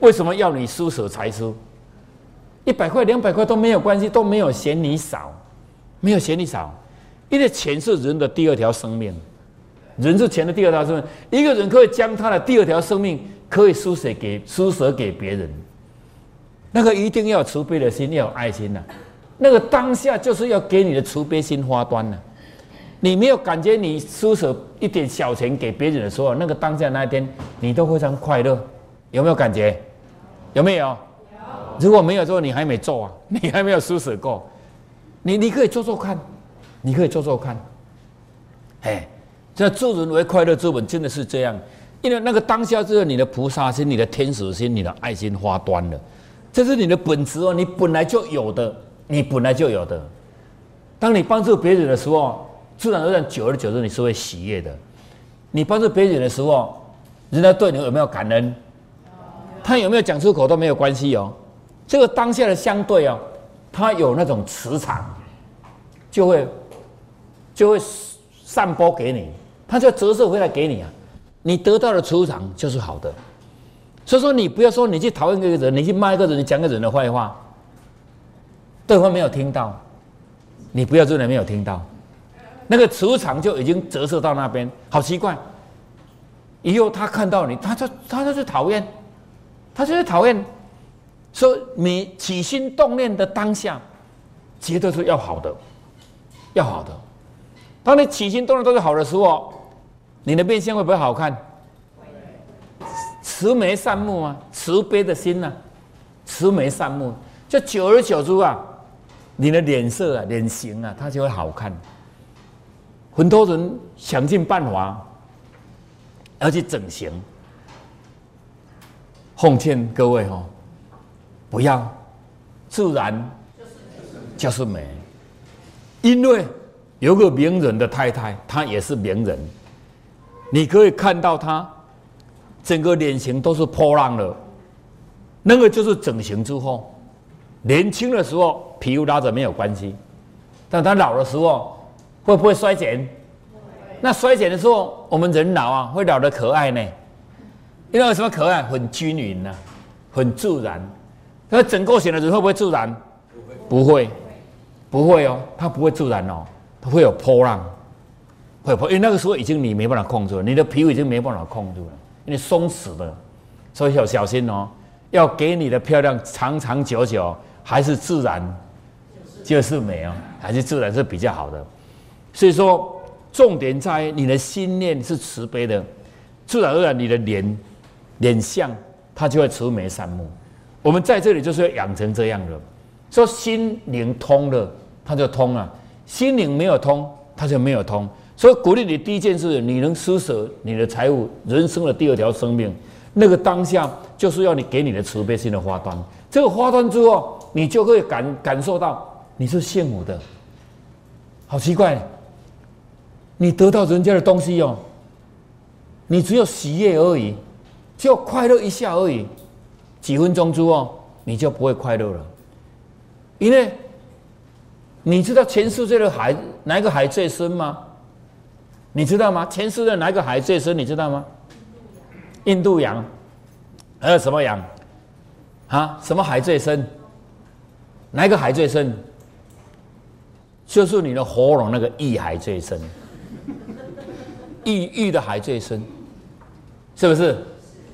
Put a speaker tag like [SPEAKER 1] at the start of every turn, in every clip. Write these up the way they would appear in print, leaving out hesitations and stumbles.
[SPEAKER 1] 为什么要你施舍财出？100块、200块都没有关系，都没有嫌你少，没有嫌你少，因为钱是人的第二条生命，人是钱的第二条生命。一个人可以将他的第二条生命可以施舍给别人，那个一定要有慈悲的心，要有爱心呐。那个当下就是要给你的慈悲心发端呐。你没有感觉你施舍一点小钱给别人的时候，那个当下那一天你都非常快乐，有没有感觉？有没有？如果没有做，你还没做啊，你还没有施舍过。你可以做做看，你可以做做看。哎，这助人为快乐之本，真的是这样。因为那个当下就是你的菩萨心、你的天使心、你的爱心发端了，这是你的本质哦，你本来就有的，你本来就有的。当你帮助别人的时候，自然而然久而久之你是会喜悦的。你帮助别人的时候，人家对你有没有感恩？他有没有讲出口都没有关系哦。这个当下的相对哦，他有那种磁场，就会散播给你，他就折射回来给你啊。你得到的磁场就是好的。所以说，你不要说你去讨厌一个人，你去骂一个人，你讲一个人的坏话，对方没有听到，你不要认为没有听到，那个磁场就已经折射到那边，好奇怪。以后他看到你，他就是讨厌，他就是讨厌。所以你起心动念的当下，绝对是要好的，要好的。当你起心动念都是好的时候，你的面相会不会好看？慈眉善目啊，慈悲的心啊，慈眉善目，就久而久之啊，你的脸色啊、脸型啊，它就会好看。很多人想尽办法要去整形，奉劝各位哦，不要，自然就是美。因为有个名人的太太，她也是名人，你可以看到她整个脸型都是波浪了，那个就是整形之后。年轻的时候皮肤拉着没有关系，但她老的时候会不会衰减？那衰减的时候，我们人老啊，会老得可爱呢。因为什么可爱？很均匀啊，很自然。那整个型的人会不会自然？不会，不会哦，它不会自然哦，它会有波浪，会有波，因为那个时候已经你没办法控制了，你的皮肤已经没办法控制了，因为松弛了，所以要小心哦。要给你的漂亮长长久久，还是自然就是美哦，还是自然是比较好的。所以说，重点在你的心念是慈悲的，自然而然你的脸相它就会慈眉善目。我们在这里就是要养成这样的，说心灵通了，它就通了；心灵没有通，它就没有通。所以鼓励你第一件事，你能施舍你的财物，人生的第二条生命，那个当下就是要你给你的慈悲心的发端。这个发端之后，你就会感受到你是幸福的。好奇怪，你得到人家的东西哦，你只有喜悦而已，就快乐一下而已。几分钟之后，你就不会快乐了，因为你知道全世界的海哪一个海最深吗？你知道吗？全世界哪一个海最深？你知道吗？印度洋，还有什么洋？啊，什么海最深？哪一个海最深？就是你的喉咙那个意海最深，意的海最深，是不是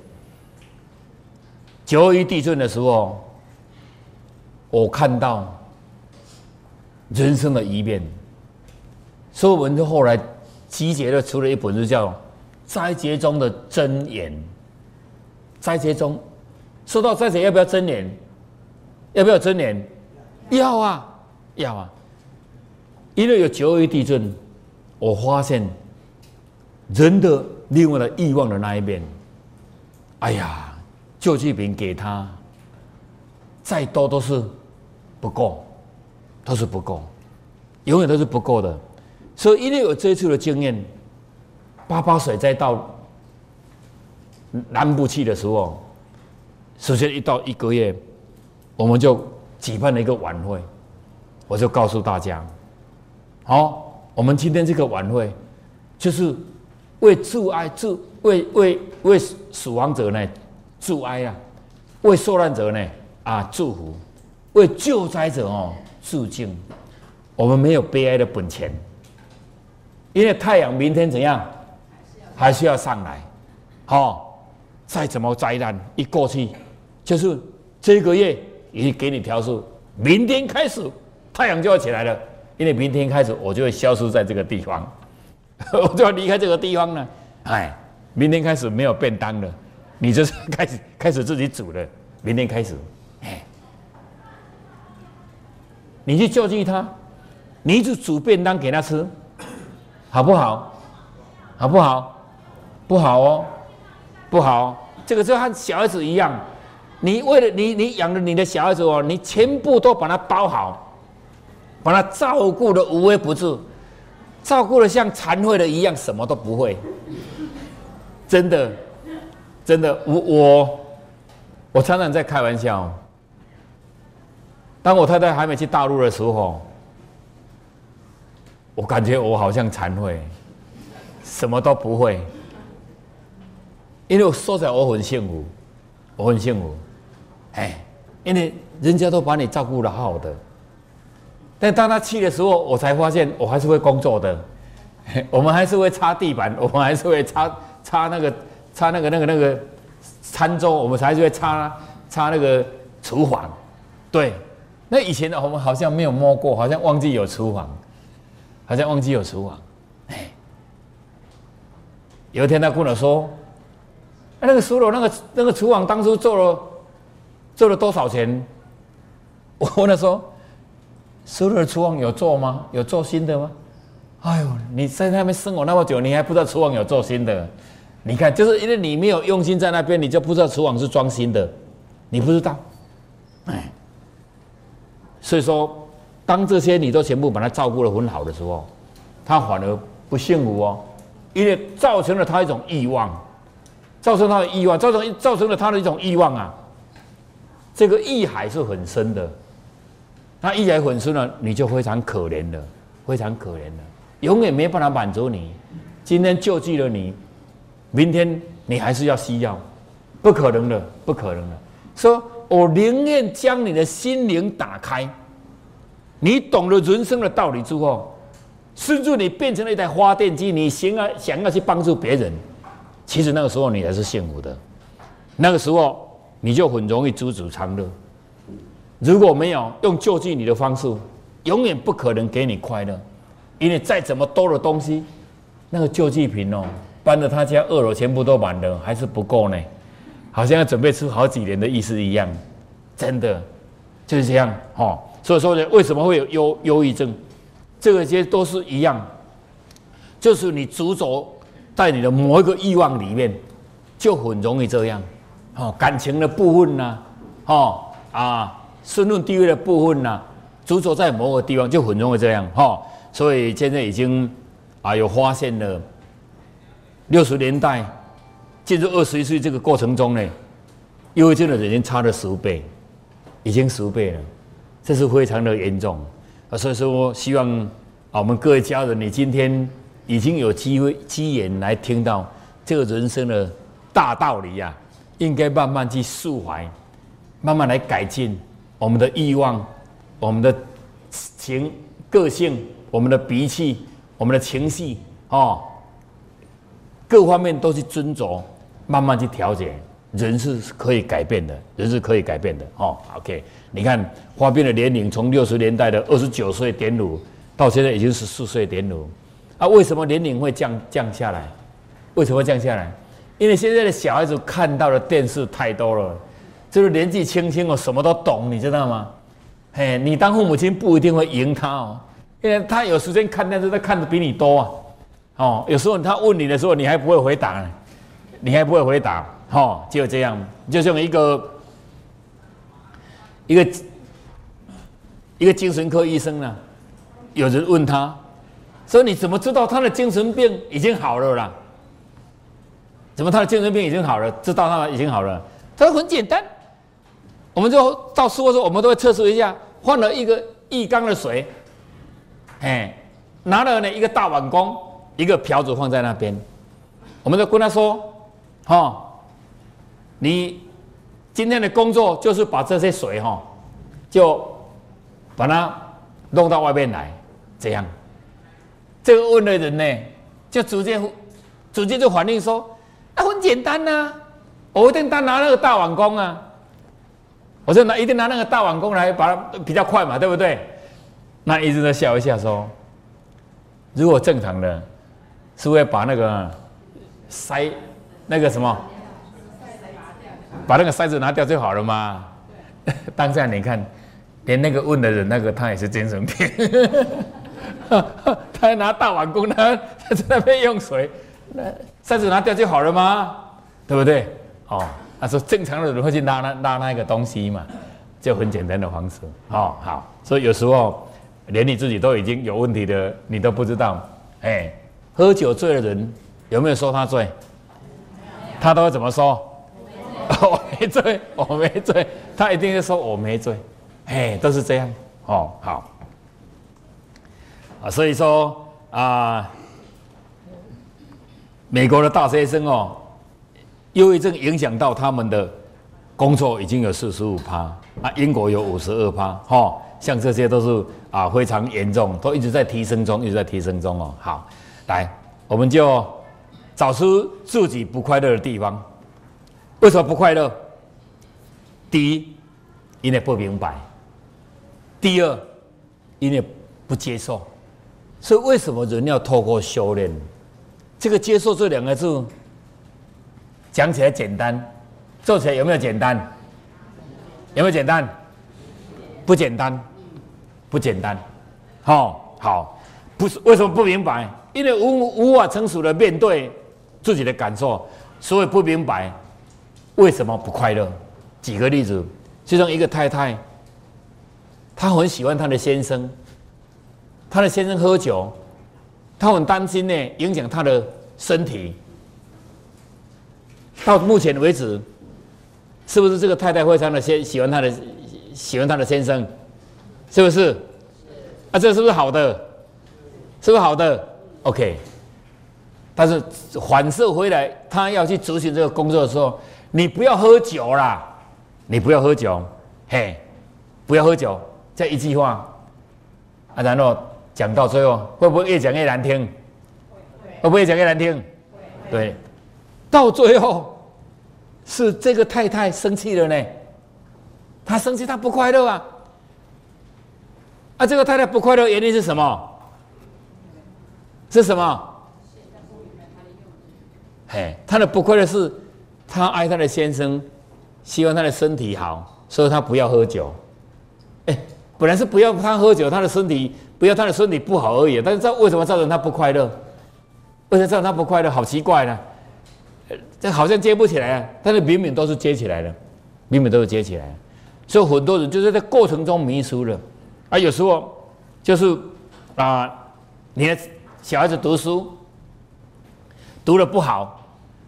[SPEAKER 1] ？921地震的时候，我看到人生的一面，所以我们就后来集结了出了一本书，叫《灾劫中的真言》。灾劫中，说到灾劫，要不要真言？要不要真言？要啊，要啊。因为有921地震，我发现人的另外的欲望的那一面，哎呀！救济品给他再多都是不够，都是不够，永远都是不够的。所以因为有这一次的经验，88水灾到南部去的时候，首先一到1个月，我们就举办了一个晚会，我就告诉大家，好，我们今天这个晚会就是为致哀为死亡者呢致哀啊， 为受难者呢祝福，为救灾者致敬。我们没有悲哀的本钱，因为太阳明天怎样，还是要上来。再怎么灾难一过去，就是这个月已经给你调数，明天开始太阳就要起来了，因为明天开始我就会消失在这个地方，我就要离开这个地方了。明天开始没有便当了，你就是开始自己煮了。明天开始，你去救济他，你一直煮便当给他吃，好不好？好不好？不好哦，不好。这个就和小孩子一样，你为了你养了你的小孩子你全部都把他包好，把他照顾的无微不至，照顾的像残废的一样，什么都不会。真的，真的，我常常在开玩笑。当我太太还没去大陆的时候，我感觉我好像残废，什么都不会。因为我说起来我很幸福，我很幸福，因为人家都把你照顾得好好的。但当他去的时候，我才发现我还是会工作的，我们还是会擦地板，我们还是会擦那个餐桌，我们还是会擦那个厨房。对，那以前我们好像没有摸过，好像忘记有厨房，好像忘记有厨房。有一天他跟我说，那个苏楼那个厨房当初做了多少钱？我问他说，苏楼的厨房有做吗？有做新的吗？哎呦，你在那边生活那么久，你还不知道厨房有做新的？你看，就是因为你没有用心在那边，你就不知道厨房是装新的，你不知道。所以说，当这些你都全部把他照顾得很好的时候，他反而不幸福哦，因为造成了他一种欲望，造成他的欲望，造成了他的一种欲望啊。这个欲海是很深的，那欲海很深了，你就非常可怜了，非常可怜了，永远没办法满足你。今天救济了你，明天你还是要需要，不可能的，不可能的。说我宁愿将你的心灵打开，你懂了人生的道理之后，甚至你变成了一台发电机，你想要去帮助别人，其实那个时候你才是幸福的。那个时候你就很容易知足常乐。如果没有用救济你的方式，永远不可能给你快乐，因为再怎么多的东西，那个救济品搬到他家2楼全部都满了，还是不够呢。好像要准备出好几年的意思一样，真的就是这样所以说呢，为什么会有忧郁症？这些都是一样，就是你执着在你的某一个欲望里面，就很容易这样。感情的部分呐，身份地位的部分呐，执着在某个地方就很容易这样所以现在已经有发现了，60年代进入21岁这个过程中呢，忧郁症的人已经差了10倍，已经10倍了，这是非常的严重。所以说，希望我们各位家人，你今天已经有机缘来听到这个人生的大道理呀，应该慢慢去释怀，慢慢来改进我们的欲望、我们的个性、我们的脾气、我们的情绪各方面都去斟酌。慢慢去调节，人是可以改变的，人是可以改变的OK， 你看发病的年龄从60年代的29岁点5，到现在已经14岁点5为什么年龄会降下来？为什么会降下来？因为现在的小孩子看到的电视太多了，就是年纪轻轻什么都懂，你知道吗？你当父母亲不一定会赢他因为他有时间看电视，他看的比你多有时候他问你的时候，你还不会回答呢。就这样，就像一个精神科医生有人问他，说你怎么知道他的精神病已经好了啦？怎么他的精神病已经好了？知道他已经好了？他说很简单，我们就到事后时候，我们都会测试一下，换了一个浴缸的水，拿了一个大碗公，一个瓢子放在那边，我们就跟他说。你今天的工作就是把这些水就把它弄到外面来，这样。这个问的人呢，就直接就反映说，很简单呐，我一定拿那个大碗公啊，我就一定拿那个大碗公来把它比较快嘛，对不对？那一直在笑一下说，如果正常的，是会把那个塞那个什么，把那个塞子拿掉就好了嘛。当下你看，连那个问的人，他也是精神病，他还拿大碗公，他在那边用水，塞子拿掉就好了吗？对不对？他说正常的人会去拉那个东西嘛，就很简单的方式。好，所以有时候连你自己都已经有问题的，你都不知道。喝酒醉的人有没有说他醉？他都会怎么说？我没醉，我没醉。他一定会说我没醉。都是这样。好。所以说美国的大学生忧郁症影响到他们的工作已经有45%，英国有52%，像这些都是非常严重，都一直在提升中，好，来，我们就找出自己不快乐的地方。为什么不快乐？第一，因为不明白；第二，因为不接受。所以为什么人要透过修炼？这个接受这2个字，讲起来简单，做起来有没有简单？有没有简单？不简单，不简单。好，不是为什么不明白？因为无法成熟的面对自己的感受，所以不明白为什么不快乐。举个例子，就像一个太太，她很喜欢她的先生，她的先生喝酒，她很担心呢，影响她的身体。到目前为止，是不是这个太太非常的喜欢她的先生？是不是？这是不是好的？是不是好的 ？OK。但是反射回来，他要去执行这个工作的时候，你不要喝酒啦，你不要喝酒，不要喝酒，这一句话，然后讲到最后，会不会越讲越难听？会不会越讲越难听？对，到最后是这个太太生气了呢，她生气，她不快乐啊。这个太太不快乐原因是什么？是什么？她的不快乐是她爱她的先生，希望他的身体好，所以她不要喝酒。本来是不要他喝酒，他的身体不要他的身体不好而已，但是为什么造成他不快乐？为什么造成他不快乐？好奇怪呢！这好像接不起来啊，但是明明都是接起来的，明明都是接起来的。所以很多人就是在过程中迷失了。有时候就是你的小孩子读书读得不好，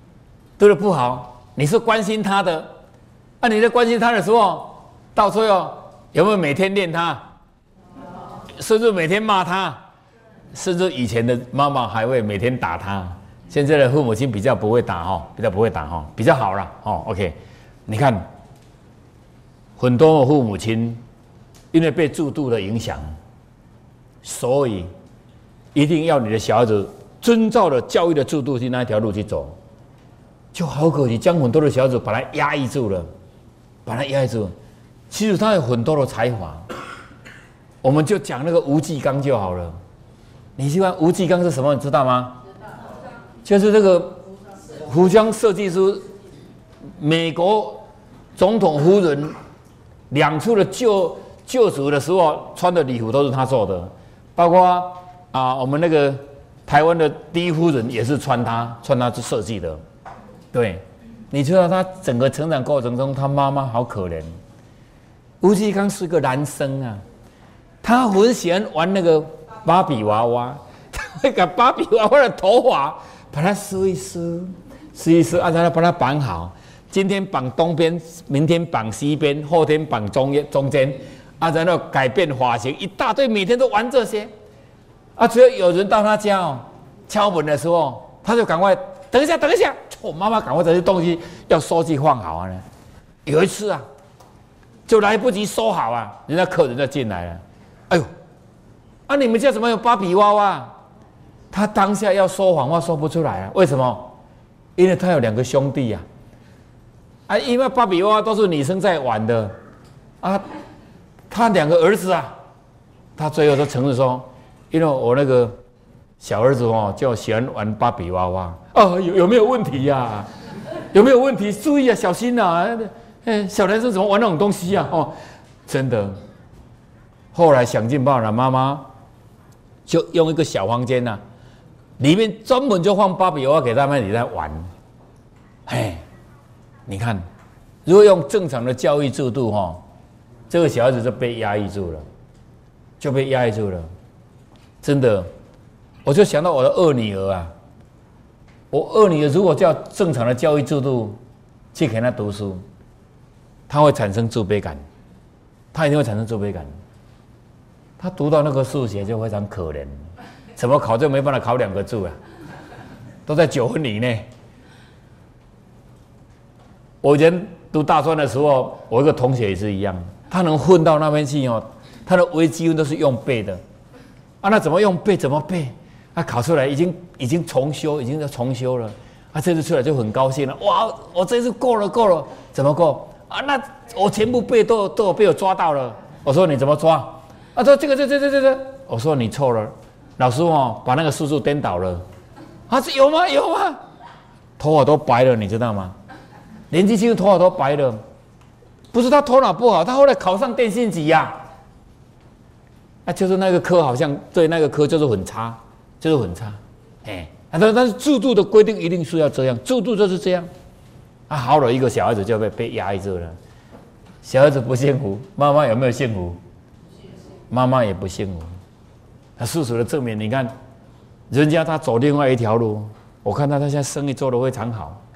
[SPEAKER 1] 你是关心他的，你在关心他的时候，到最后有没有每天念他？甚至每天骂他，甚至以前的妈妈还会每天打他。现在的父母亲比较不会打比较好了OK， 你看很多父母亲因为被制度的影响，所以一定要你的小孩子遵照了教育的制度去那一条路去走，就好可惜，将很多的小孩子把他压抑住了，其实他有很多的才华，我们就讲那个吴季刚就好了。你喜欢吴季刚是什么？你知道吗？就是这个服装设计师，美国总统夫人2次的就职的时候穿的礼服都是他做的，包括我们那个台湾的第一夫人也是穿他设计的。对，你知道他整个成长过程中，他妈妈好可怜。吴季刚是个男生啊，他很喜欢玩那个芭比娃娃，他会把芭比娃娃的头发把它撕一撕，然后把它绑好。今天绑东边，明天绑西边，后天绑中间，然后改变发型，一大堆，每天都玩这些。只要有人到他家敲门的时候，他就赶快等一下，妈妈赶快这些东西要收去放好啊！ 有一次啊，就来不及收好啊，人家客人就进来了。哎呦，啊，你们家怎么有芭比娃娃？他当下要说谎话说不出来啊，为什么？因为他有2个兄弟啊，因为芭比娃娃都是女生在玩的，啊，他2个儿子啊，他最后都承认说，因为我那个小儿子哦，就喜欢玩芭比娃娃，有没有问题呀、啊？有没有问题？注意啊，小心啊！小男生怎么玩那种东西啊？哦，真的。后来想尽办法，妈妈就用一个小房间呐、啊，里面专门就放芭比娃娃给他们里在玩。你看，如果用正常的教育制度哈，这个小孩子就被压抑住了，真的，我就想到我的2女儿啊，我2女儿如果叫正常的教育制度去给她读书，她会产生自卑感，她一定会产生自卑感。她读到那个数学就非常可怜，怎么考就没办法考2个字啊，都在9分以内。我以前读大专的时候，我一个同学也是一样，他能混到那边去哦，他的微积分都是用背的，那怎么用背？怎么背？考出来已经重修，已经在重修了，这次出来就很高兴了，哇！我这次过了，怎么过？那我全部背都有被我抓到了。我说你怎么抓？说这个，我说你错了，老师把那个数字颠倒了。有吗？头发都白了，你知道吗？年纪轻头发都白了，不是他头脑不好，他后来考上电信局呀。就是那个科好像对那个科就是很差。但是制度的规定一定是要这样，制度就是这样。好了一个小孩子就被压抑住了，小孩子不幸福，妈妈有没有幸福？妈妈也不幸福。事实的证明，你看，人家他走另外一条路，我看他现在生意做得非常好。